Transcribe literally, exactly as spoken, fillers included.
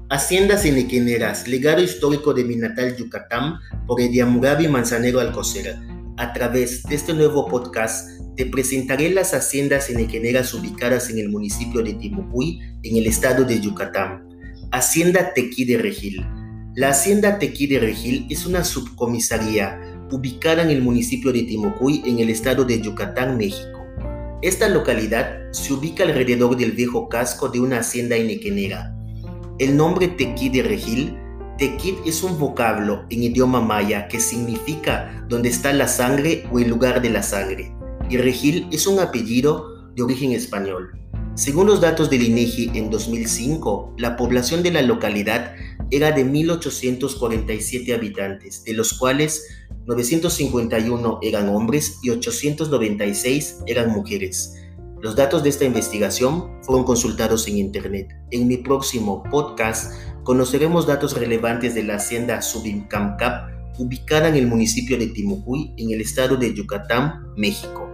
Haciendas Henequeneras, legado histórico de mi natal Yucatán, por Ediamurabi Manzanero Alcocer. A través de este nuevo podcast, te presentaré las haciendas henequeneras ubicadas en el municipio de Timucuy, en el estado de Yucatán. Hacienda Tequí de Regil. La Hacienda Tequí de Regil es una subcomisaría ubicada en el municipio de Timucuy, en el estado de Yucatán, México. Esta localidad se ubica alrededor del viejo casco de una hacienda henequenera. El nombre Tequí de Regil, Tequí es un vocablo en idioma maya que significa donde está la sangre o el lugar de la sangre, y Regil es un apellido de origen español. Según los datos del INEGI en dos mil cinco, la población de la localidad era de mil ochocientos cuarenta y siete habitantes, de los cuales novecientos cincuenta y uno eran hombres y ochocientos noventa y seis eran mujeres. Los datos de esta investigación fueron consultados en internet. En mi próximo podcast conoceremos datos relevantes de la hacienda Subimcamcap, ubicada en el municipio de Timucuy, en el estado de Yucatán, México.